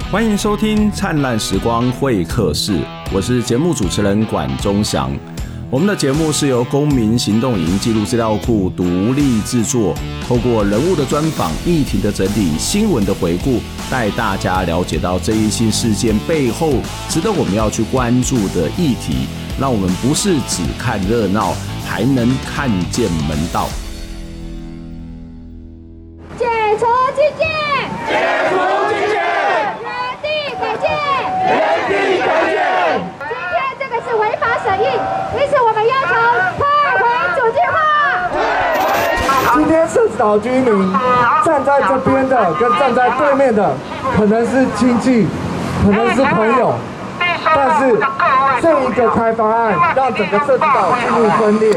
欢迎收听灿烂时光会客室，我是节目主持人管中祥。我们的节目是由公民行动营记录资料库独立制作，透过人物的专访、议题的整理、新闻的回顾，带大家了解到这一新事件背后值得我们要去关注的议题，让我们不是只看热闹，还能看见门道。 解除禁戒， 解除禁戒， 原地改建， 原地改建。 今天这个是违法审议，因此我们要求退回主计划。 今天社子岛居民站在这边的跟站在对面的可能是亲戚，可能是朋友，但是这一个开发案让整个社子岛进入分裂。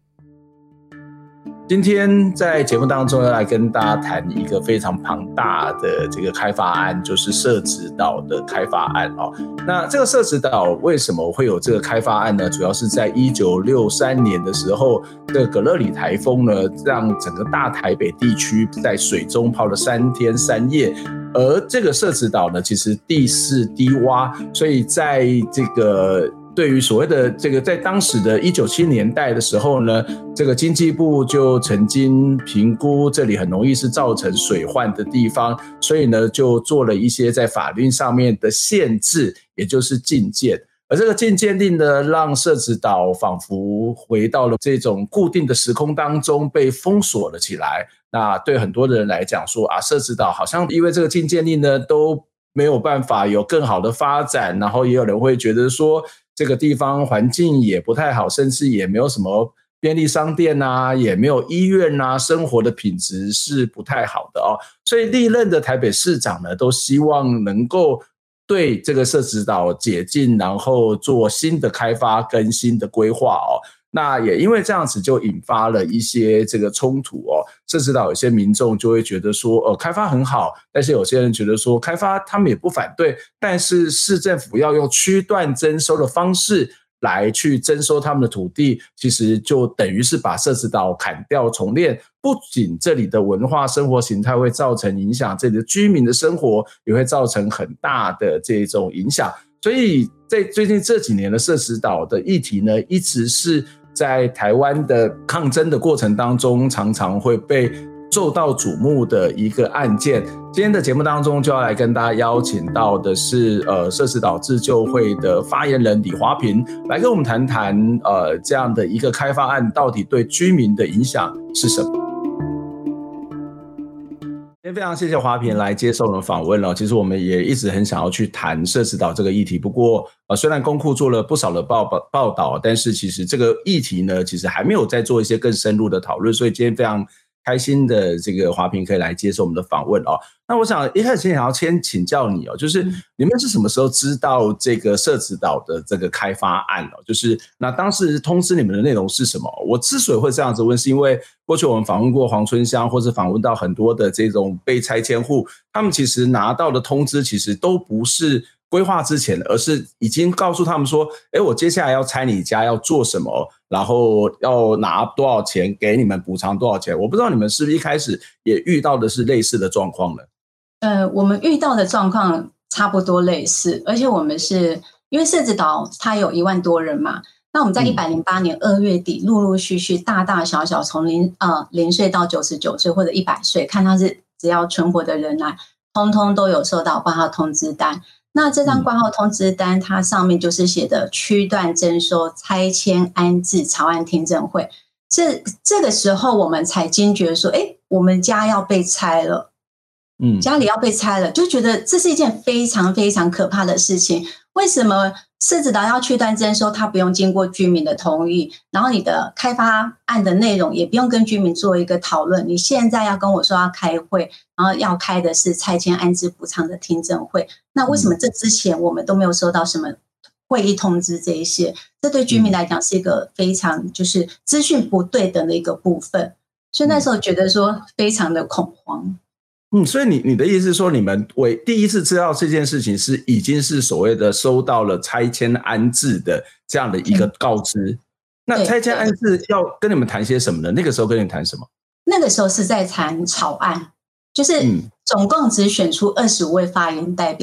今天在节目当中要来跟大家谈一个非常庞大的这个开发案，就是社子岛的开发案哦。那这个社子岛为什么会有这个开发案呢？主要是在1963年的时候，这个葛乐里台风呢，让整个大台北地区在水中泡了3天3夜。而这个社子岛呢，其实地势低洼，所以在这个对于所谓的这个在当时的1970年代的时候呢，这个经济部就曾经评估这里很容易是造成水患的地方，所以呢就做了一些在法律上面的限制，也就是禁建。而这个禁建令呢，让社子岛仿佛回到了这种固定的时空当中，被封锁了起来。那对很多的人来讲说啊，社子岛好像因为这个禁建令呢都没有办法有更好的发展，然后也有人会觉得说这个地方环境也不太好，甚至也没有什么便利商店啊，也没有医院啊，生活的品质是不太好的哦。所以历任的台北市长呢，都希望能够对这个社子岛解禁，然后做新的开发跟新的规划哦。那也因为这样子就引发了一些这个冲突哦。社子岛有些民众就会觉得说开发很好，但是有些人觉得说开发他们也不反对，但是市政府要用区段征收的方式来去征收他们的土地，其实就等于是把社子岛砍掉重练。不仅这里的文化生活形态会造成影响，这里的居民的生活也会造成很大的这种影响。所以在最近这几年的社子岛的议题呢，一直是在台湾的抗争的过程当中常常会被受到瞩目的一个案件。今天的节目当中就要来跟大家邀请到的是社子岛自救会的发言人李华平，来跟我们谈谈这样的一个开发案到底对居民的影响是什么。今天非常谢谢华平来接受我们访问了。其实我们也一直很想要去谈社子岛这个议题，不过虽然公库做了不少的报道，但是其实这个议题呢，其实还没有再做一些更深入的讨论，所以今天非常开心的这个华平可以来接受我们的访问哦。那我想一开始想要先请教你哦，就是你们是什么时候知道这个社子岛的这个开发案哦？就是那当时通知你们的内容是什么？我之所以会这样子问，是因为过去我们访问过黄春香，或是访问到很多的这种被拆迁户，他们其实拿到的通知其实都不是规划之前的，而是已经告诉他们说，我接下来要拆你家要做什么，然后要拿多少钱，给你们补偿多少钱。我不知道你们是不是一开始也遇到的是类似的状况呢？ 我们遇到的状况差不多类似，而且我们是因为社子岛它有1万多人嘛，那我们在108年2月底陆陆续续大大小小从0岁到99岁或者100岁，看他是只要存活的人来，通通都有收到挂号通知单。那这张挂号通知单它上面就是写的区段征收拆迁安置草案听证会。这个时候我们才惊觉说，我们家要被拆了。家里要被拆了，就觉得这是一件非常非常可怕的事情。为什么社子岛要区段征收，它不用经过居民的同意，然后你的开发案的内容也不用跟居民做一个讨论，你现在要跟我说要开会，然后要开的是拆迁安置补偿的听证会，那为什么这之前我们都没有收到什么会议通知这一些？这对居民来讲是一个非常就是资讯不对等的一个部分，所以那时候觉得说非常的恐慌。 所以你的意思是说，你们第一次知道这件事情是已经是所谓的收到了拆迁安置的这样的一个告知。那拆迁安置要跟你们谈些什么呢？那个时候跟你们谈什么？ 那个时候是在谈草案，就是总共只选出25位发言代表，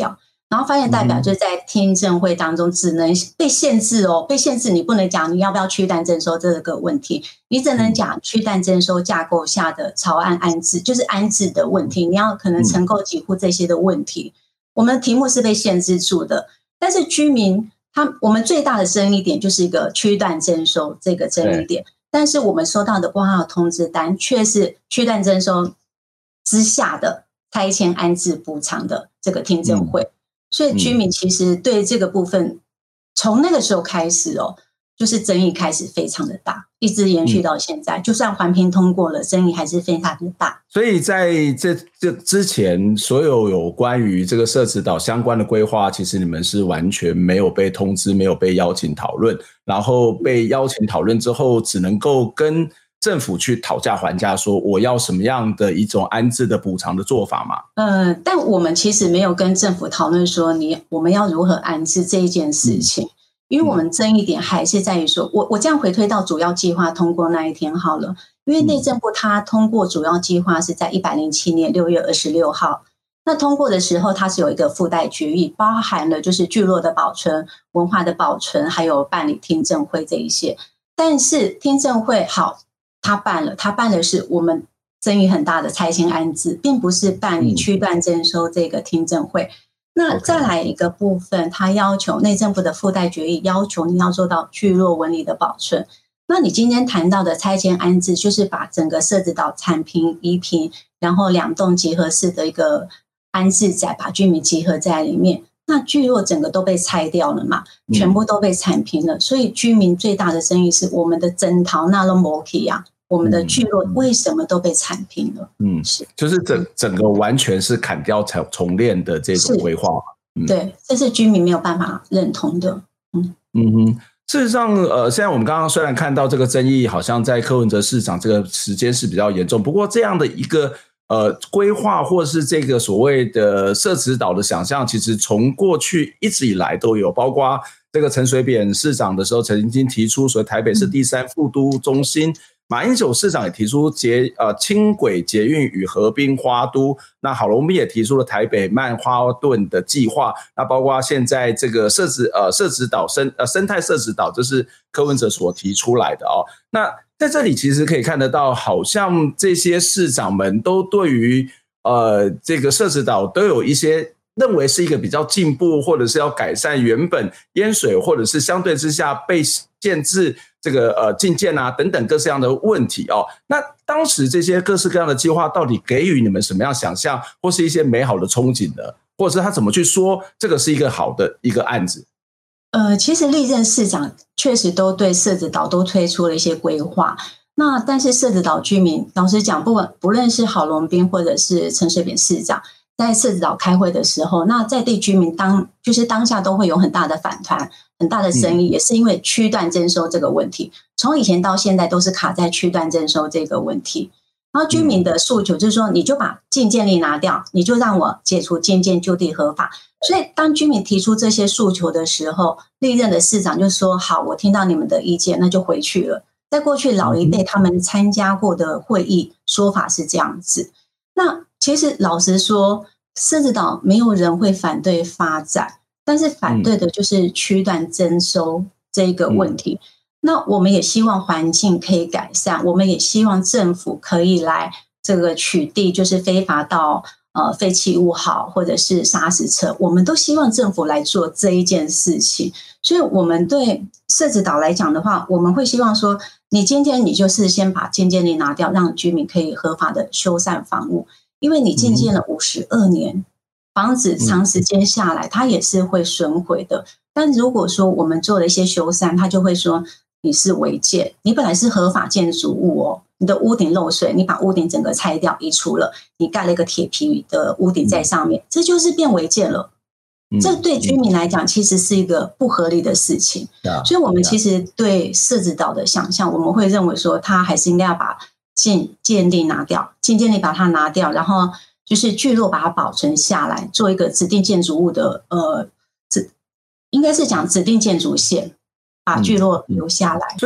然后发现代表就在听证会当中只能被限制哦，被限制你不能讲你要不要区段征收这个问题，你只能讲区段征收架构下的草案安置，就是安置的问题，你要可能承购几户这些的问题，我们的题目是被限制住的。但是居民我们最大的争议点就是一个区段征收这个争议点，但是我们收到的挂号通知单却是区段征收之下的拆迁安置补偿的这个听证会，所以居民其实对这个部分从那个时候开始哦，就是争议开始非常的大，一直延续到现在，就算环评通过了，争议还是非常的大。 所以在这之前，所有关于这个社子岛相关的规划，其实你们是完全没有被通知，没有被邀请讨论，然后被邀请讨论之后，只能够跟政府去讨价还价，说我要什么样的一种安置的补偿的做法嘛？ 但我们其实没有跟政府讨论说我们要如何安置这一件事情。因为我们争议点还是在于说，我这样回推到主要计划通过那一天好了，因为内政部它通过主要计划是在107年6月26号，那通过的时候它是有一个附带决议，包含了就是聚落的保存、文化的保存，还有办理听证会这一些。但是听证会好，它办的是我们争议很大的拆迁安置，并不是办理区段征收这个听证会。那再来一个部分，他要求内政部的附带决议要求你要做到聚落纹理的保存。那你今天谈到的拆迁安置，就是把整个社子岛铲平、移平，然后2栋结合式的一个安置宅，把居民集合在里面。那聚落整个都被拆掉了嘛，全部都被铲平了，所以居民最大的争议是我们的征讨那都没去啊。我们的聚落为什么都被铲平了？ 就是整个完全是砍掉重练的这种规划。 对，这是居民没有办法认同的。 事实上，现在我们刚刚虽然看到这个争议，好像在柯文哲市长这个时间是比较严重，不过这样的一个规划或是这个所谓的社子岛的想象，其实从过去一直以来都有，包括这个陈水扁市长的时候曾经提出，所以台北是第3副都中心。马英九市长也提出轻轨捷运与合并花都，那郝龙斌也提出了台北曼哈顿的计划，那包括现在这个社子岛生态社子岛，这是柯文哲所提出来的哦。那在这里其实可以看得到，好像这些市长们都对于这个社子岛都有一些认为是一个比较进步，或者是要改善原本淹水或者是相对之下被限制这个禁建啊等等各式各样的问题哦。那当时这些各式各样的计划到底给予你们什么样想象，或是一些美好的憧憬呢？或者是他怎么去说这个是一个好的一个案子？ 其实历任市长确实都对社子岛都推出了一些规划。那但是社子岛居民老实讲，不论是郝龙斌或者是陈水扁市长在社子岛开会的时候，那在地居民就是当下都会有很大的反弹，很大的争议，也是因为区段征收这个问题，从以前到现在都是卡在区段征收这个问题。然后居民的诉求就是说，你就把禁建令拿掉，你就让我解除禁建就地合法。所以当居民提出这些诉求的时候，历任的市长就说好，我听到你们的意见，那就回去了。在过去老一辈他们参加过的会议说法是这样子。那其实老实说，社子岛没有人会反对发展，但是反对的就是区段征收这个问题。那我们也希望环境可以改善，我们也希望政府可以来这个取缔，就是非法到废弃物好，或者是砂石车，我们都希望政府来做这一件事情。所以我们对社子岛来讲的话，我们会希望说，你今天你就是先把禁建令拿掉，让居民可以合法的修缮房屋，因为你禁建了52年，房子长时间下来它也是会损毁的。但如果说我们做了一些修缮，他就会说你是违建，你本来是合法建筑物哦，你的屋顶漏水，你把屋顶整个拆掉移除了，你盖了一个铁皮的屋顶在上面，这就是变违建了。这对居民来讲其实是一个不合理的事情。所以我们其实对社子岛的想象，我们会认为说他还是应该要把禁建令拿掉，禁建令把它拿掉，然后就是聚落把它保存下来，做一个指定建筑物的应该是讲指定建筑线，把聚落留下来。 所以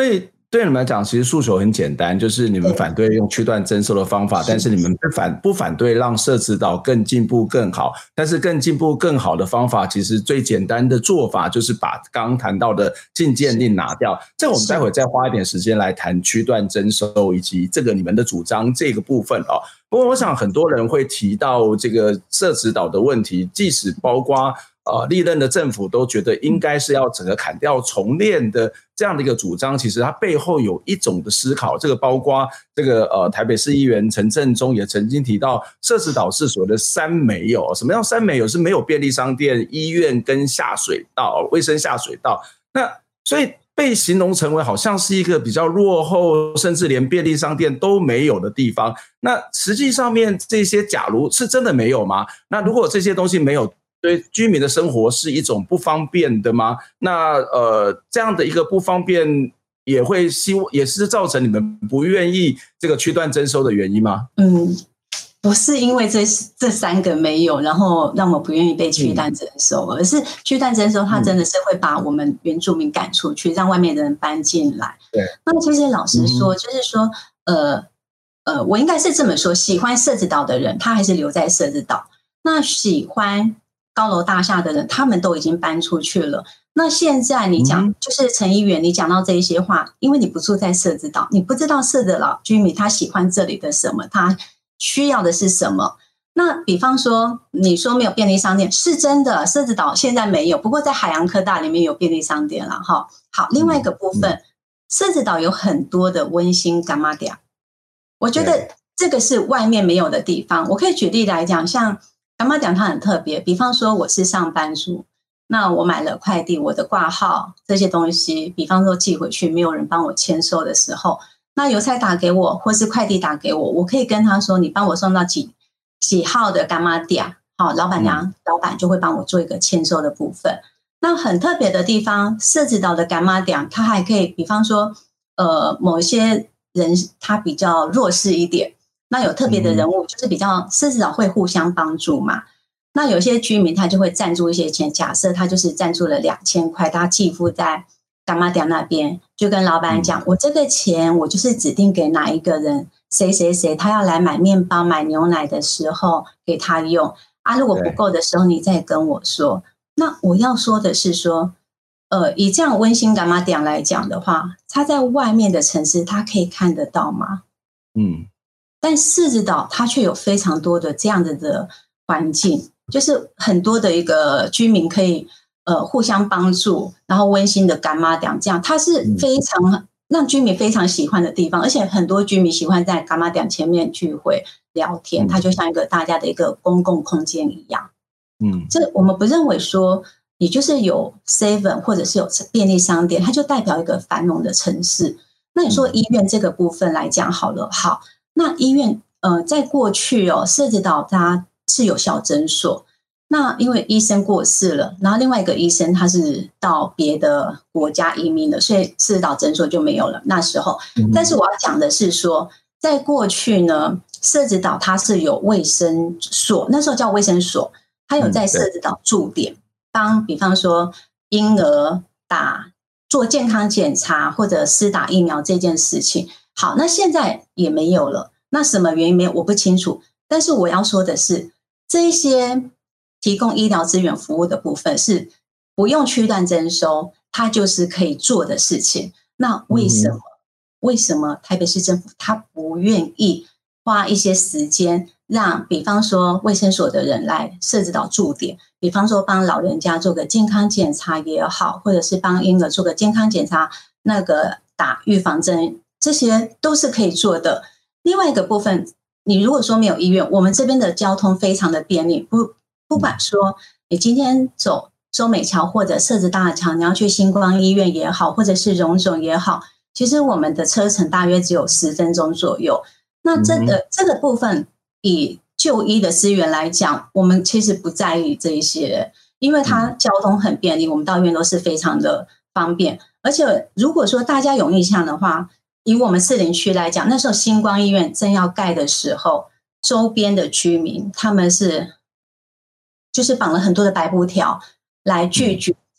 对你们来讲，其实诉求很简单，就是你们反对用区段征收的方法，但是你们不反对让社子岛更进步更好。但是更进步更好的方法，其实最简单的做法就是把刚刚谈到的禁建令拿掉。这个我们待会再花一点时间来谈区段征收以及这个你们的主张这个部分哦。不过我想很多人会提到这个社子岛的问题，即使包括历任的政府都觉得应该是要整个砍掉重练的这样的一个主张，其实它背后有一种的思考，这个包括这个台北市议员陈振中也曾经提到，社子岛是所谓的三没有。什么叫三没有？是没有便利商店、医院跟下水道、卫生下水道。那所以被形容成为好像是一个比较落后，甚至连便利商店都没有的地方。那实际上面这些假如是真的没有吗？那如果这些东西没有，对居民的生活是一种不方便的吗？那这样的一个不方便也是造成你们不愿意这个区段征收的原因吗？ 不是因为这三个没有，然后让我不愿意被区段征收，而是区段征收它真的是会把我们原住民赶出去，让外面的人搬进来。对，那其实老实说，就是说我应该是这么说，喜欢社子岛的人他还是留在社子岛，那喜欢高楼大厦的人他们都已经搬出去了。那现在你讲就是陈议员你讲到这一些话，因为你不住在社子岛，你不知道社子岛居民他喜欢这里的什么，他需要的是什么。那比方说你说没有便利商店，是真的，社子岛现在没有，不过在海洋科大里面有便利商店了哈。好，另外一个部分，社子岛有很多的温馨柑仔店，我觉得这个是外面没有的地方。我可以举例来讲，像柑仔店它很特别，比方说我是上班族，那我买了快递，我的挂号这些东西，比方说寄回去没有人帮我签收的时候，那邮差打给我或是快递打给我，我可以跟他说你帮我送到几号的柑仔店，好，老板就会帮我做一个签收的部分。那很特别的地方，社子岛的柑仔店它还可以比方说某一些人他比较弱势一点，那有特别的人物就是比较社子岛会互相帮助嘛，那有些居民他就会赞助一些钱，假设他就是赞助了2000块，他寄付在柑仔店那边，就跟老板讲我这个钱我就是指定给哪一个人谁谁谁，他要来买面包买牛奶的时候给他用啊，如果不够的时候你再跟我说。那我要说的是说以这样温馨柑仔店来讲的话，他在外面的城市他可以看得到吗？但社子岛它却有非常多的这样的环境，就是很多的一个居民可以互相帮助，然后温馨的柑仔店，这样它是非常让居民非常喜欢的地方，而且很多居民喜欢在柑仔店前面聚会聊天，它就像一个大家的一个公共空间一样。这我们不认为说你就是有 7 或者是有便利商店它就代表一个繁荣的城市。那你说医院这个部分来讲好了，好，那医院在过去社子岛它是有小诊所，那因为医生过世了，然后另外一个医生他是到别的国家移民了，所以社子岛诊所就没有了那时候。但是我要讲的是说在过去呢，社子岛它是有卫生所，那时候叫卫生所，它有在社子岛驻点，帮比方说婴儿做健康检查或者施打疫苗这件事情。好，那现在也没有了，那什么原因没有我不清楚，但是我要说的是这些提供医疗资源服务的部分是不用区段征收它就是可以做的事情。那为什么台北市政府他不愿意花一些时间让比方说卫生所的人来社子岛驻点，比方说帮老人家做个健康检查也好，或者是帮婴儿做个健康检查，那个打预防针，这些都是可以做的。另外一个部分，你如果说没有医院，我们这边的交通非常的便利，不管说你今天走洲美桥或者社子大桥，你要去星光医院也好，或者是荣总也好，其实我们的车程大约只有10分钟左右。那这个部分以就医的资源来讲，我们其实不在意这一些，因为它交通很便利，我们到医院都是非常的方便。而且如果说大家有印象的话，以我们士林区来讲，那时候星光医院正要盖的时候，周边的居民他们就是绑了很多的白布条来拒绝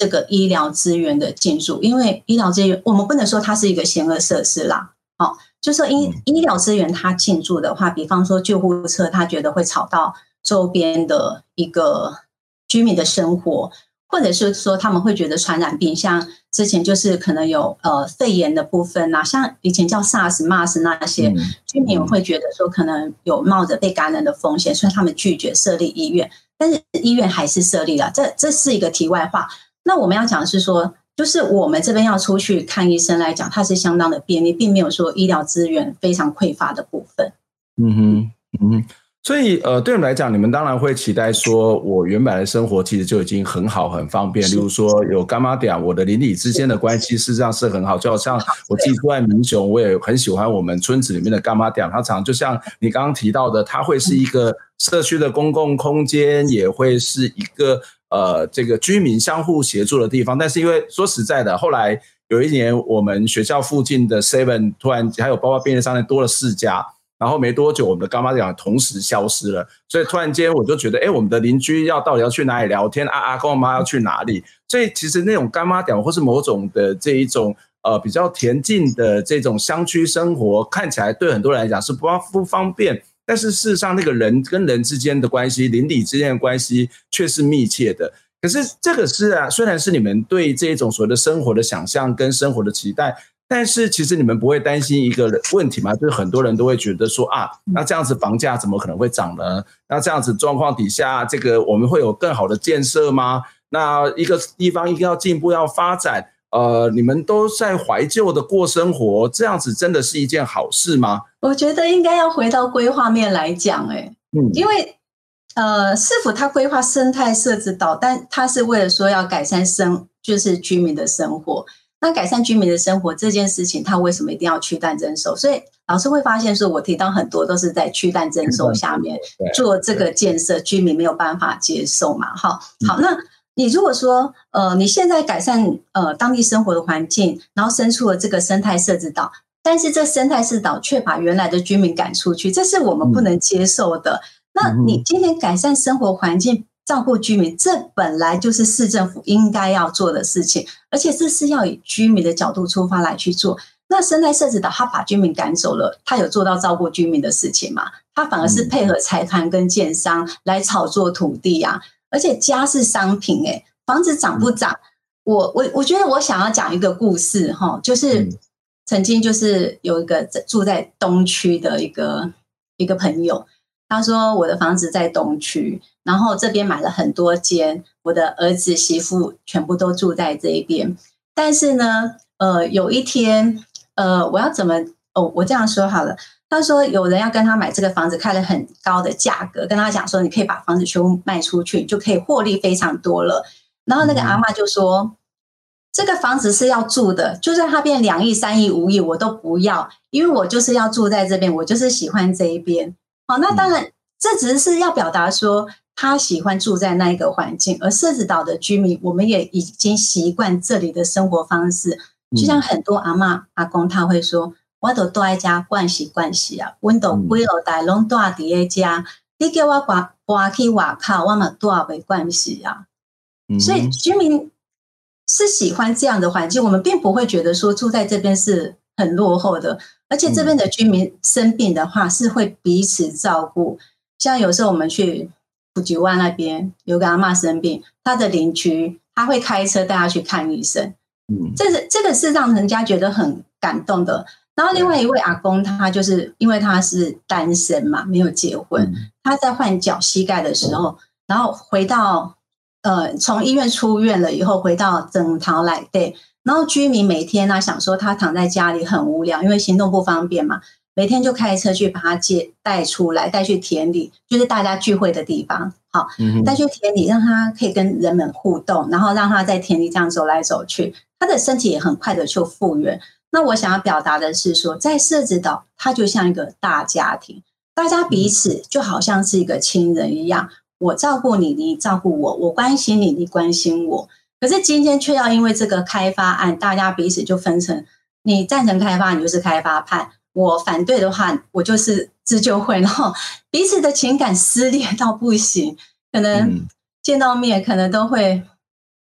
这个医疗资源的进驻，因为医疗资源我们不能说它是一个险恶设施啦，就说医疗资源它进驻的话，比方说救护车，他觉得会吵到周边的一个居民的生活，或者是说他们会觉得传染病，像之前就是可能有肺炎的部分啊，像以前叫 SARS、MERS 那些，居民会觉得说可能有冒着被感染的风险，所以他们拒绝设立医院，但是医院还是设立了，这是一个题外话。那我们要讲的是说，就是我们这边要出去看医生来讲，它是相当的便利，并没有说医疗资源非常匮乏的部分。 所以对我们来讲，你们当然会期待说，我原本的生活其实就已经很好很方便，例如说有柑仔店，我的邻里之间的关系事实上是很好，就好像我自己住在民雄，我也很喜欢我们村子里面的柑仔店，它常就像你刚刚提到的，它会是一个社区的公共空间，也会是一个这个居民相互协助的地方。但是因为说实在的，后来有一年我们学校附近的 Seven 突然还有包括便利商店多了4家，然后没多久我们的柑仔店同时消失了，所以突然间我就觉得我们的邻居到底要去哪里聊天，阿公阿妈要去哪里，所以其实那种柑仔店或是某种的这一种比较恬静的这种乡区生活，看起来对很多人来讲是不方便，但是事实上那个人跟人之间的关系，邻里之间的关系却是密切的。可是这个是虽然是你们对这种所谓的生活的想象跟生活的期待，但是其实你们不会担心一个问题嘛，就是很多人都会觉得说那这样子房价怎么可能会涨呢？那这样子状况底下，这个我们会有更好的建设吗？那一个地方一定要进步要发展，你们都在怀旧的过生活，这样子真的是一件好事吗？ 我觉得应该要回到规划面来讲，因为市府它规划生态社子岛，但它是为了说要改善就是居民的生活。那改善居民的生活这件事情，它为什么一定要去蛋征收？所以老师会发现说，我提到很多都是在去蛋征收下面做这个建设，居民没有办法接受嘛。好，那你如果说你现在改善当地生活的环境，然后生出了这个生态社子岛，但是这生态社子岛却把原来的居民赶出去，这是我们不能接受的。那你今天改善生活环境，照顾居民，这本来就是市政府应该要做的事情，而且这是要以居民的角度出发来去做。那生态社子岛他把居民赶走了，他有做到照顾居民的事情吗？他反而是配合财团跟建商来炒作土地啊，而且家是商品房子涨不涨？我觉得我想要讲一个故事就是曾经就是有一个住在东区的一个朋友。他说我的房子在东区，然后这边买了很多间，我的儿子媳妇全部都住在这一边。但是呢，有一天，我要怎么我这样说好了。他说有人要跟他买这个房子，开了很高的价格，跟他讲说你可以把房子全部卖出去，你就可以获利非常多了。然后那个阿嬷就说，这个房子是要住的，就算它变2亿、3亿、5亿，我都不要，因为我就是要住在这边，我就是喜欢这一边。好，那当然，这只是要表达说他喜欢住在那一个环境，而社子岛的居民，我们也已经习惯这里的生活方式。就像很多阿嬷阿公他会说，我都住在家惯习啊，我都几落代拢住在家，你叫我搬去外口，我嘛住不惯习啊。所以居民是喜欢这样的环境，我们并不会觉得说住在这边是很落后的。而且这边的居民生病的话是会彼此照顾，像有时候我们去普吉湾那边有个阿嬷生病，他的邻居他会开车带他去看医生，这个是让人家觉得很感动的。然后另外一位阿公，他就是因为他是单身嘛，没有结婚，他在换脚膝盖的时候，然后回到从医院出院了以后，回到整堂来对。然后居民每天想说他躺在家里很无聊，因为行动不方便嘛，每天就开车去把他带出来，带去田里，就是大家聚会的地方。好，带去田里，让他可以跟人们互动，然后让他在田里这样走来走去，他的身体也很快的就复原。那我想要表达的是说，在社子岛，它就像一个大家庭，大家彼此就好像是一个亲人一样，我照顾你，你照顾我，我关心你，你关心我。可是今天却要因为这个开发案，大家彼此就分成，你赞成开发，你就是开发派；我反对的话，我就是自救会，然后彼此的情感撕裂到不行，可能见到面可能都会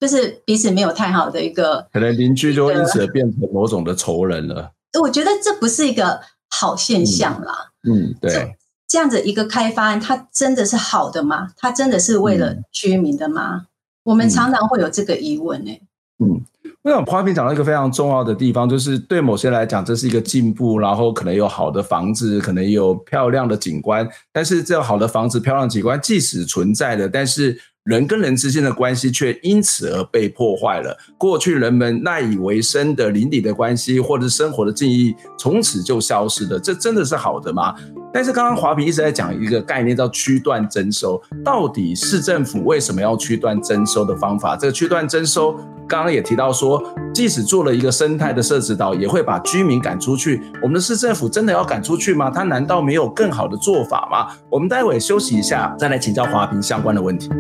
就是彼此没有太好的一个， 可能邻居就会因此变成某种的仇人了。 我觉得这不是一个好现象啦。 对， 这样子一个开发案，它真的是好的吗？它真的是为了居民的吗？我们常常会有这个疑问我想华平讲到一个非常重要的地方，就是对某些来讲这是一个进步，然后可能有好的房子，可能有漂亮的景观，但是这好的房子漂亮的景观即使存在的，但是人跟人之间的关系却因此而被破坏了。过去人们赖以为生的邻里的关系或者生活的记忆从此就消失了，这真的是好的吗？但是刚刚华平一直在讲一个概念叫区段征收，到底市政府为什么要区段征收的方法？这个区段征收刚刚也提到说，即使做了一个生态的社子岛，也会把居民赶出去。我们的市政府真的要赶出去吗？它难道没有更好的做法吗？我们待会休息一下，再来请教华平相关的问题。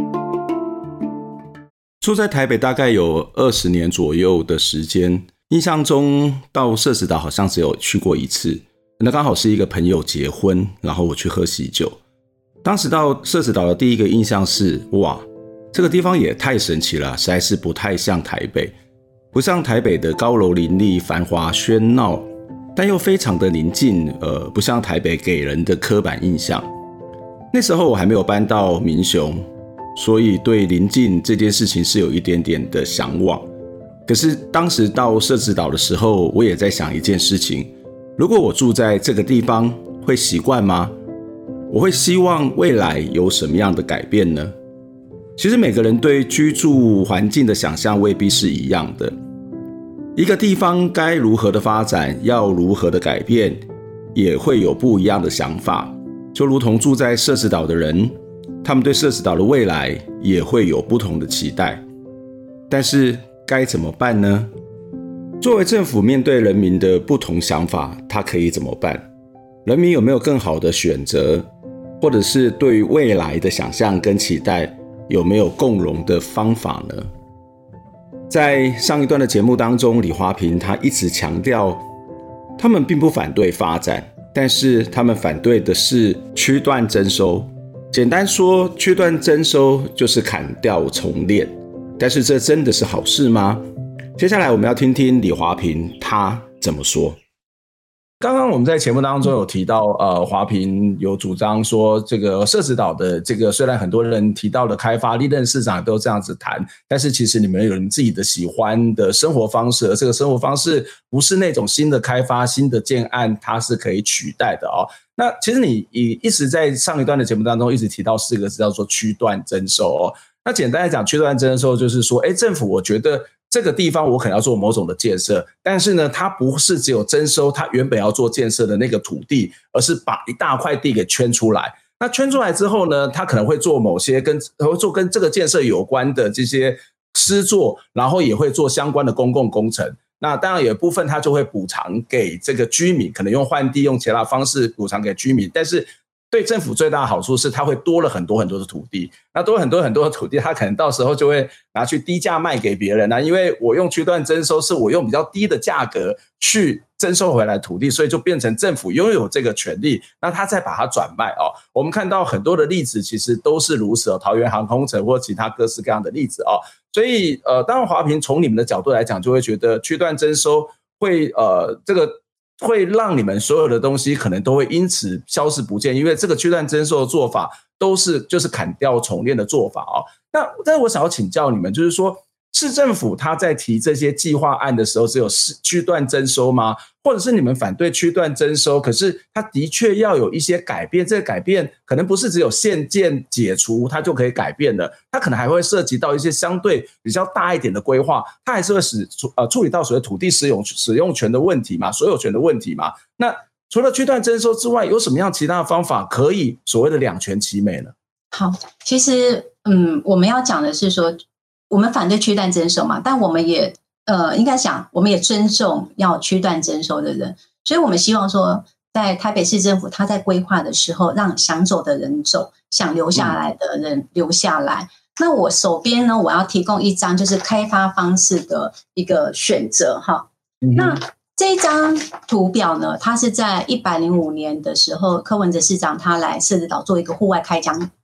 住在台北大概有20年左右的时间，印象中到社子岛好像只有去过一次，那刚好是一个朋友结婚，然后我去喝喜酒。当时到社子岛的第一个印象是，哇，这个地方也太神奇了，实在是不太像台北，不像台北的高楼林立、繁华喧闹，但又非常的宁静，不像台北给人的刻板印象。那时候我还没有搬到民雄，所以对邻近这件事情是有一点点的向往。可是当时到社子岛的时候，我也在想一件事情，如果我住在这个地方，会习惯吗？我会希望未来有什么样的改变呢？其实每个人对居住环境的想象未必是一样的，一个地方该如何的发展，要如何的改变，也会有不一样的想法。就如同住在社子岛的人，他们对社子岛的未来也会有不同的期待。但是该怎么办呢？作为政府，面对人民的不同想法，他可以怎么办？人民有没有更好的选择，或者是对于未来的想象跟期待有没有共融的方法呢？在上一段的节目当中，李华平他一直强调，他们并不反对发展，但是他们反对的是区段征收。简单说，区段征收就是砍掉重练，但是这真的是好事吗？接下来我们要听听李华平他怎么说。刚刚我们在节目当中有提到，华平有主张说，这个社子岛的这个虽然很多人提到的开发，历任市长都这样子谈，但是其实你们有人自己的喜欢的生活方式，而这个生活方式不是那种新的开发、新的建案，它是可以取代的哦。那其实你一直在上一段的节目当中一直提到4个字，叫做区段征收哦。那简单来讲，区段征收就是说，政府我觉得这个地方我可能要做某种的建设，但是呢，它不是只有征收它原本要做建设的那个土地，而是把一大块地给圈出来。那圈出来之后呢，它可能会做某些跟这个建设有关的这些施作，然后也会做相关的公共工程。那当然有部分它就会补偿给这个居民，可能用换地用其他方式补偿给居民，但是对政府最大的好处是它会多了很多很多的土地，那多了很多很多的土地，它可能到时候就会拿去低价卖给别人啊，因为我用区段征收是我用比较低的价格去征收回来土地，所以就变成政府拥有这个权利，那他再把它转卖哦。我们看到很多的例子其实都是如此哦，桃园航空城或其他各式各样的例子哦。所以当然华平从你们的角度来讲，就会觉得区段征收会这个会让你们所有的东西可能都会因此消失不见，因为这个区段征收的做法都是就是砍掉重练的做法哦。但是我想要请教你们，就是说市政府他在提这些计划案的时候，只有区段征收吗？或者是你们反对区段征收，可是它的确要有一些改变，这个改变可能不是只有限建解除它就可以改变的，它可能还会涉及到一些相对比较大一点的规划，它还是会处理到所谓土地使用权的问题嘛，所有权的问题嘛。那除了区段征收之外，有什么样其他的方法可以所谓的两全其美呢？ 好，其实我们要讲的是说，我们反对区段征收嘛，但我们也应该讲，我们也尊重要区段征收的人，所以我们希望说，在台北市政府他在规划的时候，让想走的人走，想留下来的人留下来。那我手边呢，我要提供一张就是开发方式的一个选择哈。那这一张图表呢，它是在105年的时候，柯文哲市长他来社子岛做一个户外开疆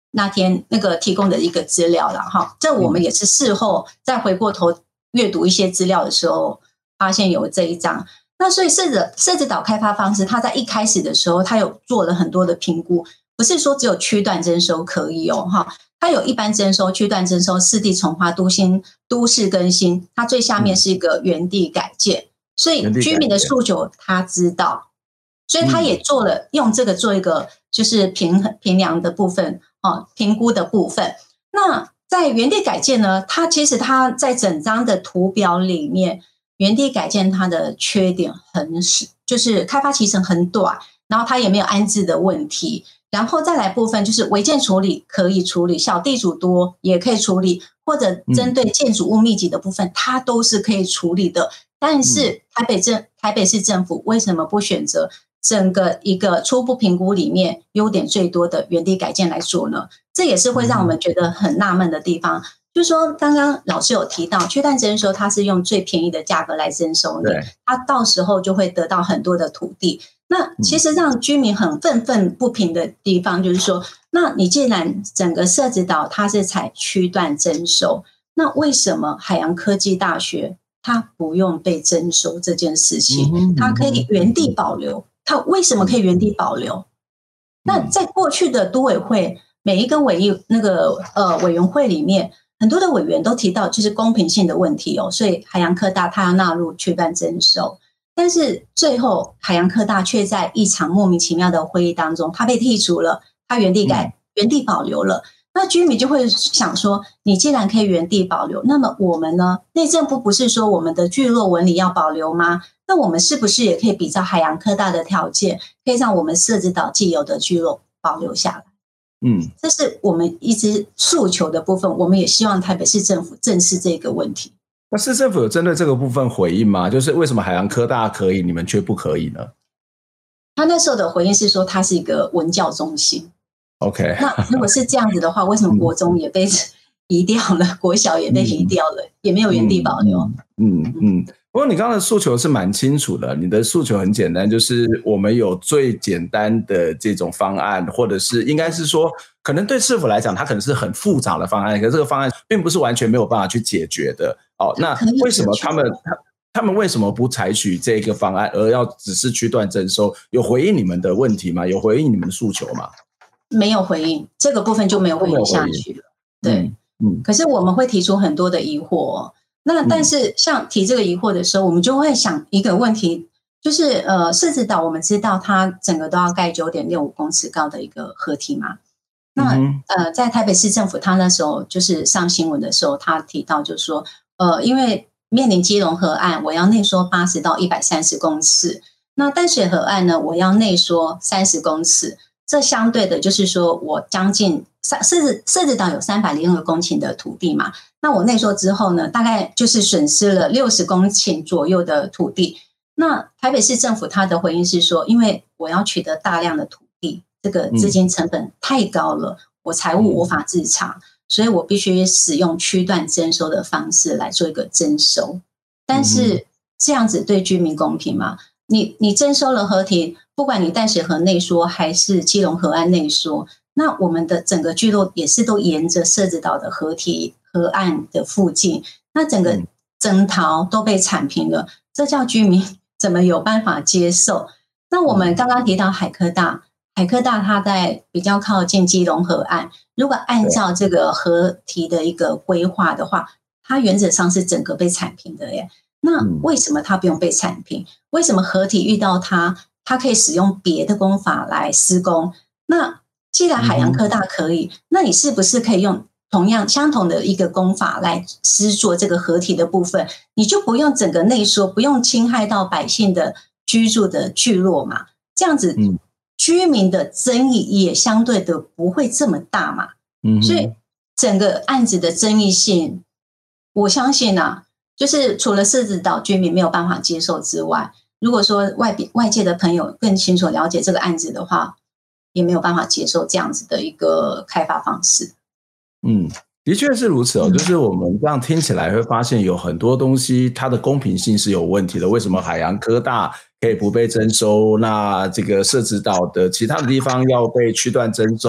那天那个提供的一个资料了哈。这我们也是事后再回过头阅读一些资料的时候，发现有这一章。那所以社子岛开发方式，它在一开始的时候，它有做了很多的评估，不是说只有区段征收可以哈。它有一般征收、区段征收、市地重划、都市更新，它最下面是一个原地改建，所以居民的诉求他知道，所以他也做了用这个做一个就是评量的部分评估的部分。那在原地改建呢，它其实它在整张的图表里面，原地改建它的缺点就是开发期程很短，然后它也没有安置的问题。然后再来部分就是违建处理可以处理，小地主多也可以处理，或者针对建筑物密集的部分，它都是可以处理的。但是台北市政府为什么不选择整个一个初步评估里面优点最多的原地改建来做呢？这也是会让我们觉得很纳闷的地方。就是说刚刚老师有提到区段征收，它是用最便宜的价格来征收你，它到时候就会得到很多的土地。那其实让居民很愤愤不平的地方就是说，那你既然整个社子岛它是采区段征收，那为什么海洋科技大学它不用被征收这件事情？它可以原地保留，它为什么可以原地保留？那在过去的都委会每一个委员会里面，很多的委员都提到就是公平性的问题所以海洋科大它要纳入区段征收。但是最后海洋科大却在一场莫名其妙的会议当中，它被剔除了，它原地保留了。那居民就会想说，你既然可以原地保留，那么我们呢？内政部不是说我们的聚落纹理要保留吗？那我们是不是也可以比照海洋科大的条件，可以让我们社子岛既有的聚落保留下来？这是我们一直诉求的部分，我们也希望台北市政府正视这个问题。 那市政府有针对这个部分回应吗？就是为什么海洋科大可以，你们却不可以呢？ 他那时候的回应是说，它是一个文教中心。 OK， 那如果是这样子的话，为什么国中也被移掉了，国小也被移掉了，也没有原地保留？ 不过你刚刚的诉求是蛮清楚的，你的诉求很简单，就是我们有最简单的这种方案，或者是应该是说，可能对市府来讲，它可能是很复杂的方案，可是这个方案并不是完全没有办法去解决的。那为什么他们为什么不采取这个方案，而要只是区段征收？有回应你们的问题吗？有回应你们的诉求吗？ 没有回应，这个部分就没有回应下去了。对，可是我们会提出很多的疑惑那但是像提这个疑惑的时候，我们就会想一个问题，就是社子岛我们知道它整个都要盖 9.65 公尺高的一个河堤嘛。那在台北市政府，他那时候就是上新闻的时候，他提到就是说，因为面临基隆河岸，我要内缩80到130公尺，那淡水河岸呢，我要内缩30公尺。这相对的就是说我将近社子岛有302公顷的土地嘛，那我内缩之后呢，大概就是损失了60公顷左右的土地。那台北市政府他的回应是说，因为我要取得大量的土地，这个资金成本太高了，我财务无法自偿，所以我必须使用区段征收的方式来做一个征收。但是这样子对居民公平吗？你征收了河堤，不管你淡水河内缩还是基隆河岸内缩，那我们的整个聚落也是都沿着社子岛的河堤河岸的附近，那整个征讨都被铲平了，这叫居民怎么有办法接受？那我们刚刚提到海科大它在比较靠近基隆河岸，如果按照这个河堤的一个规划的话，它原则上是整个被铲平的耶。那为什么它不用被铲平？为什么河堤遇到它可以使用别的工法来施工？那既然海洋科大可以，那你是不是可以用相同的一个工法来施作这个河堤的部分？你就不用整个内缩，不用侵害到百姓的居住的聚落嘛？这样子，居民的争议也相对的不会这么大嘛。所以整个案子的争议性，我相信就是除了社子岛居民没有办法接受之外，如果说外界的朋友更清楚了解这个案子的话，也没有办法接受这样子的一个开发方式。 的确是如此就是我们这样听起来会发现有很多东西它的公平性是有问题的。为什么海洋科大可以不被征收，那这个社子岛的其他的地方要被区段征收？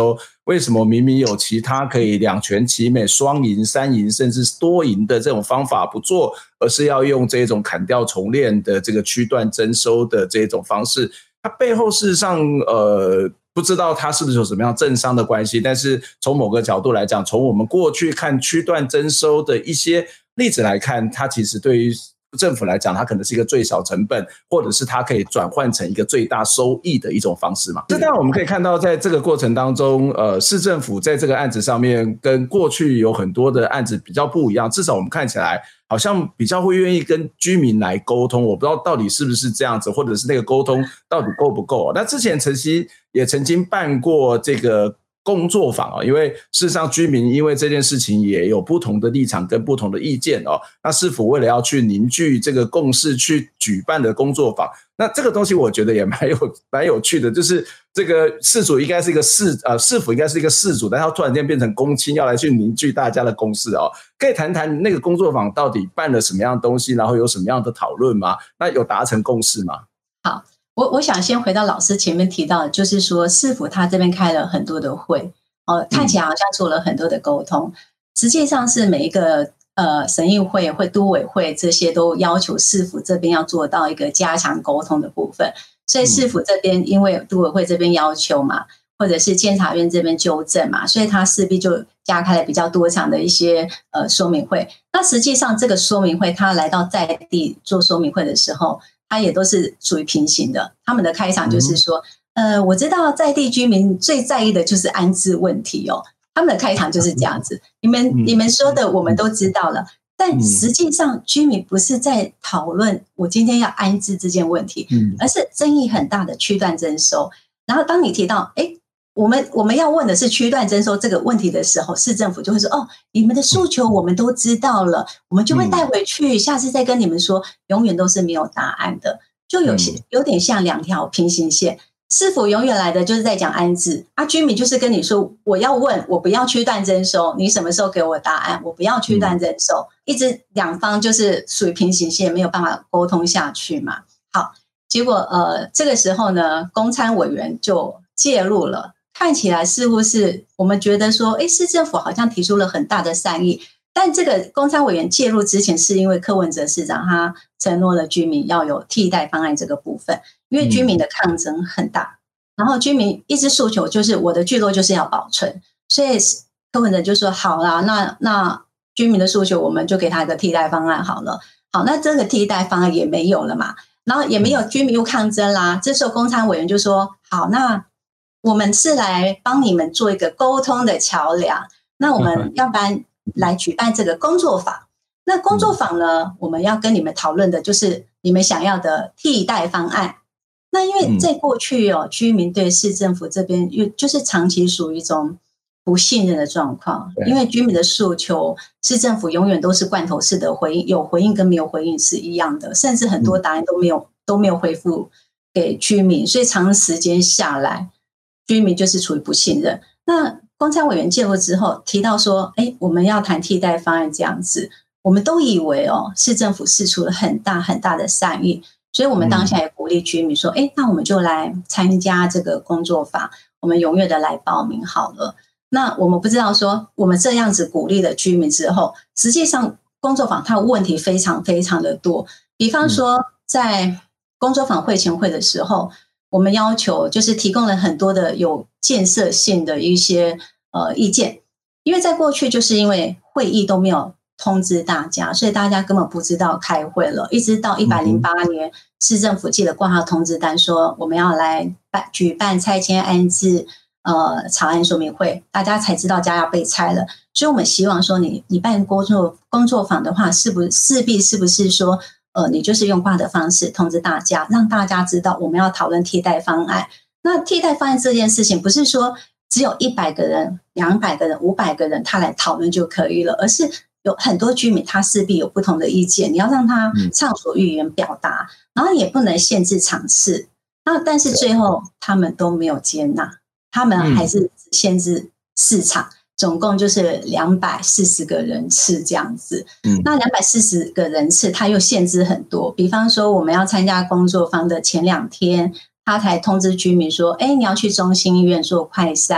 为什么明明有其他可以两全其美、双赢、三赢甚至多赢的这种方法不做，而是要用这种砍掉重练的这个区段征收的这种方式？它背后事实上不知道它是不是有什么样政商的关系，但是从某个角度来讲，从我们过去看区段征收的一些例子来看，它其实对于政府来讲，它可能是一个最小成本，或者是它可以转换成一个最大收益的一种方式嘛。这当然我们可以看到，在这个过程当中，市政府在这个案子上面跟过去有很多的案子比较不一样，至少我们看起来好像比较会愿意跟居民来沟通。我不知道到底是不是这样子，或者是那个沟通到底够不够。那之前晨曦也曾经办过这个工作坊因为事实上居民因为这件事情也有不同的立场跟不同的意见那市府为了要去凝聚这个共识去举办的工作坊，那这个东西我觉得也蛮有趣的，就是这个市府应该是一个市府应该是一个市主，但他突然间变成公卿，要来去凝聚大家的共识可以谈谈那个工作坊到底办了什么样的东西，然后有什么样的讨论吗？那有达成共识吗？ 好，我想先回到老师前面提到的，就是说市府他这边开了很多的会看起来好像做了很多的沟通，实际上是每一个审议会或都委会这些都要求市府这边要做到一个加强沟通的部分，所以市府这边因为都委会这边要求嘛，或者是监察院这边纠正嘛，所以他势必就加开了比较多场的一些说明会。那实际上这个说明会他来到在地做说明会的时候，他也都是属于平行的，他们的开场就是说我知道在地居民最在意的就是安置问题他们的开场就是这样子，你们说的我们都知道了，但实际上居民不是在讨论我今天要安置这件问题，而是争议很大的区段征收。然后当你提到我们要问的是区段征收这个问题的时候，市政府就会说你们的诉求我们都知道了，我们就会带回去，下次再跟你们说，永远都是没有答案的，就有点像两条平行线。市府永远来的就是在讲安置居民就是跟你说我要问，我不要区段征收，你什么时候给我答案？我不要区段征收，一直两方就是属于平行线，没有办法沟通下去嘛。好，结果这个时候呢，公参委员就介入了，看起来似乎是我们觉得说市政府好像提出了很大的善意，但这个公参委员介入之前是因为柯文哲市长他承诺了居民要有替代方案这个部分，因为居民的抗争很大，然后居民一直诉求就是我的聚落就是要保存，所以柯文哲就说好啦，那居民的诉求我们就给他一个替代方案好了。好，那这个替代方案也没有了嘛，然后也没有居民又抗争啦，这时候公参委员就说好，那我们是来帮你们做一个沟通的桥梁，那我们要不然来举办这个工作坊。那工作坊呢，我们要跟你们讨论的就是你们想要的替代方案。那因为在过去居民对市政府这边就是长期属于一种不信任的状况，因为居民的诉求，市政府永远都是罐头式的回应，有回应跟没有回应是一样的，甚至很多答案都没有回复给居民，所以长时间下来，居民就是处于不信任。那公参委员介入之后提到说，我们要谈替代方案这样子，我们都以为市政府释出了很大很大的善意，所以我们当下也鼓励居民说，那我们就来参加这个工作坊，我们踊跃的来报名好了。那我们不知道说，我们这样子鼓励了居民之后，实际上工作坊它的问题非常非常的多。比方说，在工作坊会前会的时候，我们要求就是提供了很多的有建设性的一些意见，因为在过去就是因为会议都没有通知大家，所以大家根本不知道开会了，一直到108年市政府寄了挂号通知单说我们要来举办拆迁安置草案说明会，大家才知道家要被拆了。所以我们希望说你办工作坊的话，势必是不是说你就是用挂的方式通知大家，让大家知道我们要讨论替代方案。那替代方案这件事情不是说只有100个人、200个人、500个人他来讨论就可以了，而是有很多居民他势必有不同的意见，你要让他畅所欲言表达，然后也不能限制场次。那但是最后他们都没有接纳，他们还是限制4场，总共就是240个人次这样子。那240个人次他又限制很多，比方说我们要参加工作坊的前2天，他才通知居民说，你要去中心医院做快筛，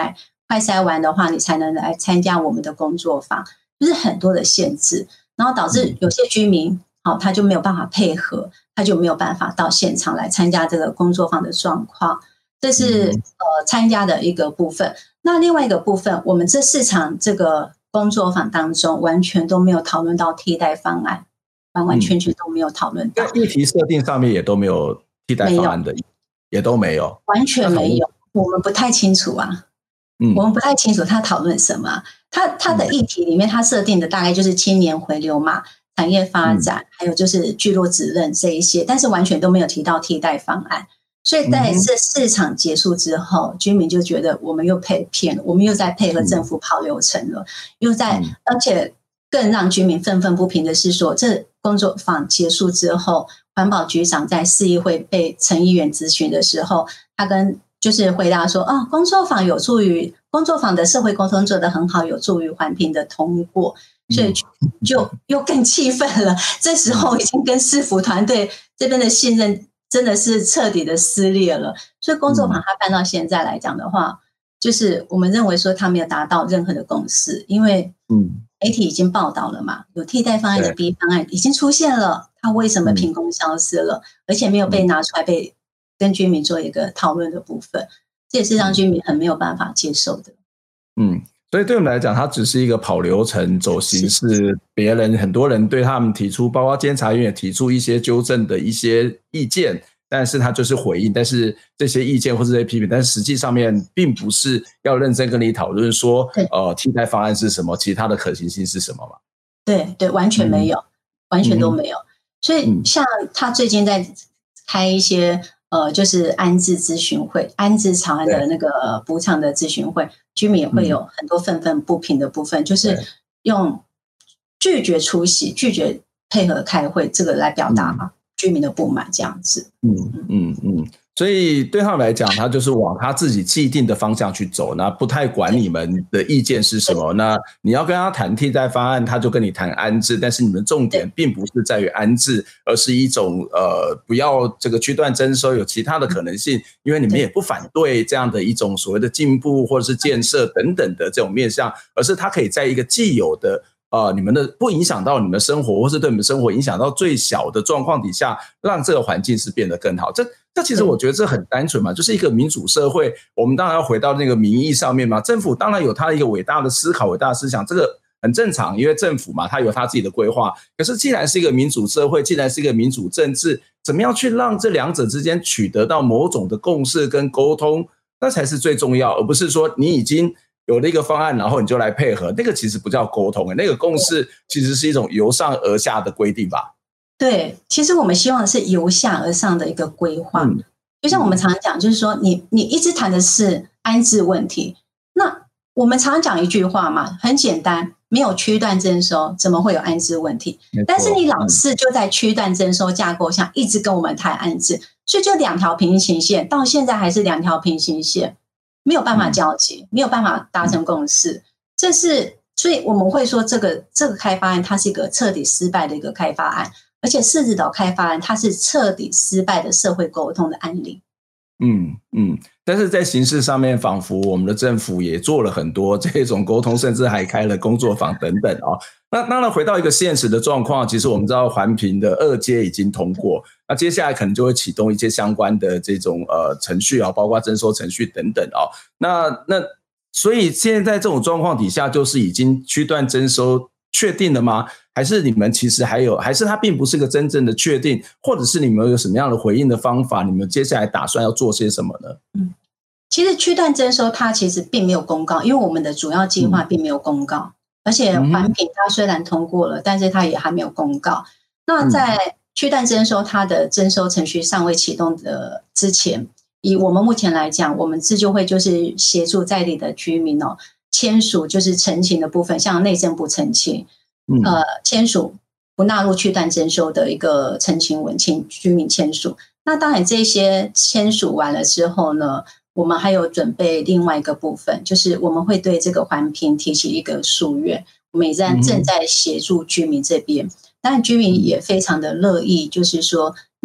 快筛完的话，你才能来参加我们的工作坊，就是很多的限制，然后导致有些居民他就没有办法配合，他就没有办法到现场来参加这个工作坊的状况。这是参加的一个部分。那另外一个部分，我们这4场这个工作坊当中，完全都没有讨论到替代方案，完完全全都没有讨论到。 在议题设定上面也都没有替代方案的，也都没有， 完全没有。我们不太清楚啊，我们不太清楚他讨论什么。他的议题里面，他设定的大概就是青年回流嘛。产业发展，还有就是聚落责任这一些，但是完全都没有提到替代方案。所以在这4场结束之后，居民就觉得我们又被骗了，我们又在配合政府跑流程了，而且更让居民愤愤不平的是说，这工作坊结束之后，环保局长在市议会被陈议员咨询的时候，他就是回答说，工作坊的社会沟通做得很好，有助于环评的通过。所以就又更气愤了，这时候已经跟市府团队这边的信任真的是彻底的撕裂了。所以工作坊它办到现在来讲的话，就是我们认为说它没有达到任何的共识，因为媒体已经报道了嘛，有替代方案的 B 方案已经出现了，它为什么凭空消失了，而且没有被拿出来被跟居民做一个讨论的部分，这也是让居民很没有办法接受的。 所以对我们来讲，它只是一个跑流程、走形式。很多人对他们提出，包括监察院也提出一些纠正的一些意见，但是他就是回应。但是这些意见或者这些批评，但是实际上面并不是要认真跟你讨论说，替代方案是什么，其他的可行性是什么嘛？对， 完全没有，完全都没有。所以像他最近在开一些就是安置咨询会、安置草案的那个补偿的咨询会，居民也会有很多愤愤不平的部分，就是用拒绝出席、拒绝配合开会这个来表达居民的不满，这样子。 所以对他们来讲，他就是往他自己既定的方向去走，那不太管你们的意见是什么。那你要跟他谈替代方案，他就跟你谈安置，但是你们重点并不是在于安置，而是一种不要这个区段征收，有其他的可能性，因为你们也不反对这样的一种所谓的进步或者是建设等等的这种面向，而是他可以在一个既有的你们的不影响到你们的生活，或是对你们生活影响到最小的状况底下，让这个环境是变得更好。这其实我觉得这很单纯嘛，就是一个民主社会，我们当然要回到那个民意上面嘛。政府当然有他一个伟大的思考、伟大的思想，这个很正常，因为政府嘛，他有他自己的规划。可是既然是一个民主社会，既然是一个民主政治，怎么样去让这两者之间取得到某种的共识跟沟通，那才是最重要，而不是说你已经有了一个方案，然后你就来配合，那个其实不叫沟通，那个共识其实是一种由上而下的规定吧。 对，其实我们希望是由下而上的一个规划。就像我们常常讲，就是说你一直谈的是安置问题，那我们常常讲一句话嘛，很简单，没有区段征收，怎么会有安置问题？但是你老是就在区段征收架构下一直跟我们谈安置，所以就2条平行线，到现在还是2条平行线，没有办法交集，没有办法达成共识。所以我们会说这个开发案它是一个彻底失败的一个开发案，而且柿子岛开发案它是彻底失败的社会沟通的案例。 但是在形式上面，仿佛我们的政府也做了很多这种沟通，甚至还开了工作坊等等那当然回到一个现实的状况，其实我们知道环评的2阶已经通过，那接下来可能就会启动一些相关的这种程序包括征收程序等等那所以现在这种状况底下，就是已经区段征收确定了吗？还是你们其实还是它并不是个真正的确定，或者是你们有什么样的回应的方法？你们接下来打算要做些什么呢？ 其实区段征收它其实并没有公告，因为我们的主要计划并没有公告，而且环评它虽然通过了，但是它也还没有公告。那在区段征收它的征收程序尚未启动的之前，以我们目前来讲，我们自救会就是协助在地的居民签署就是陈情的部分，像内政部陈情，签署不纳入区段征收的一个陈情文，请居民签署。那当然这些签署完了之后呢，我们还有准备另外一个部分，就是我们会对这个环评提起一个诉愿，我们也正在协助居民这边。当然居民也非常的乐意，就是说因为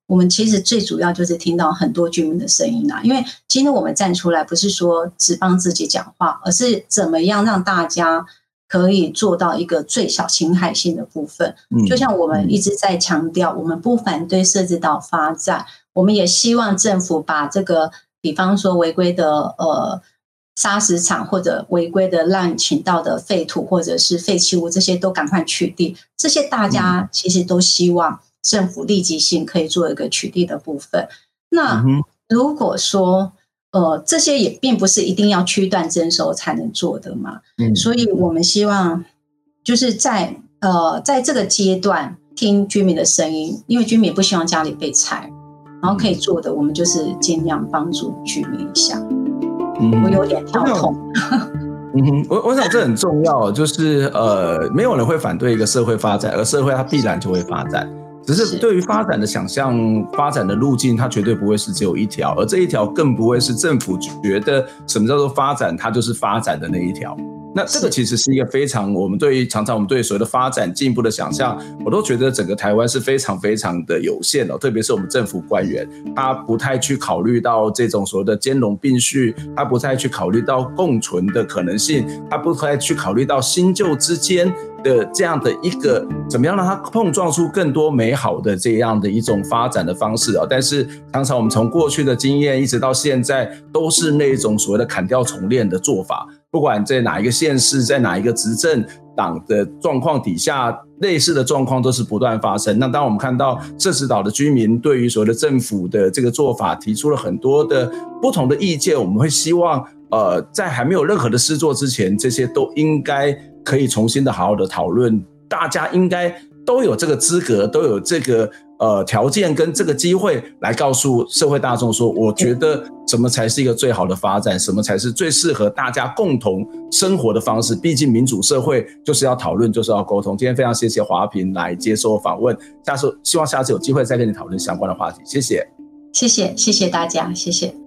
我们其实最主要就是听到很多居民的声音因为今天我们站出来不是说只帮自己讲话，而是怎么样让大家可以做到一个最小侵害性的部分。就像我们一直在强调，我们不反对社子岛发展，我们也希望政府把这个比方说违规的砂石场或者违规的滥倾倒的废土或者是废弃物，这些都赶快取缔，这些大家其实都希望政府立即性可以做一个取缔的部分。那如果说这些也并不是一定要区段征收才能做的嘛，所以我们希望就是在这个阶段听居民的声音，因为居民也不希望家里被拆，然后可以做的我们就是尽量帮助居民一下。我有点跳痛。 我想这很重要，就是没有人会反对一个社会发展，而社会它必然就会发展。只是对于发展的想象，发展的路径，它绝对不会是只有一条，而这一条更不会是政府觉得什么叫做发展，它就是发展的那一条。那这个其实是一个非常，我们常常我们对所谓的发展进步的想象，我都觉得整个台湾是非常非常的有限特别是我们政府官员，他不太去考虑到这种所谓的兼容并蓄，他不太去考虑到共存的可能性，他不太去考虑到新旧之间的这样的一个怎么样让它碰撞出更多美好的这样的一种发展的方式但是常常我们从过去的经验一直到现在都是那种所谓的砍掉重练的做法，不管在哪一个县市，在哪一个执政党的状况底下，类似的状况都是不断发生。那当我们看到社子岛的居民对于所谓的政府的这个做法提出了很多的不同的意见，我们会希望在还没有任何的施作之前，这些都应该可以重新的好好的讨论，大家应该都有这个资格，都有这个条件跟这个机会来告诉社会大众说，我觉得什么才是一个最好的发展，什么才是最适合大家共同生活的方式。毕竟民主社会就是要讨论，就是要沟通。今天非常谢谢华萍来接受访问，希望下次有机会再跟你讨论相关的话题。谢谢， 谢谢大家，谢谢。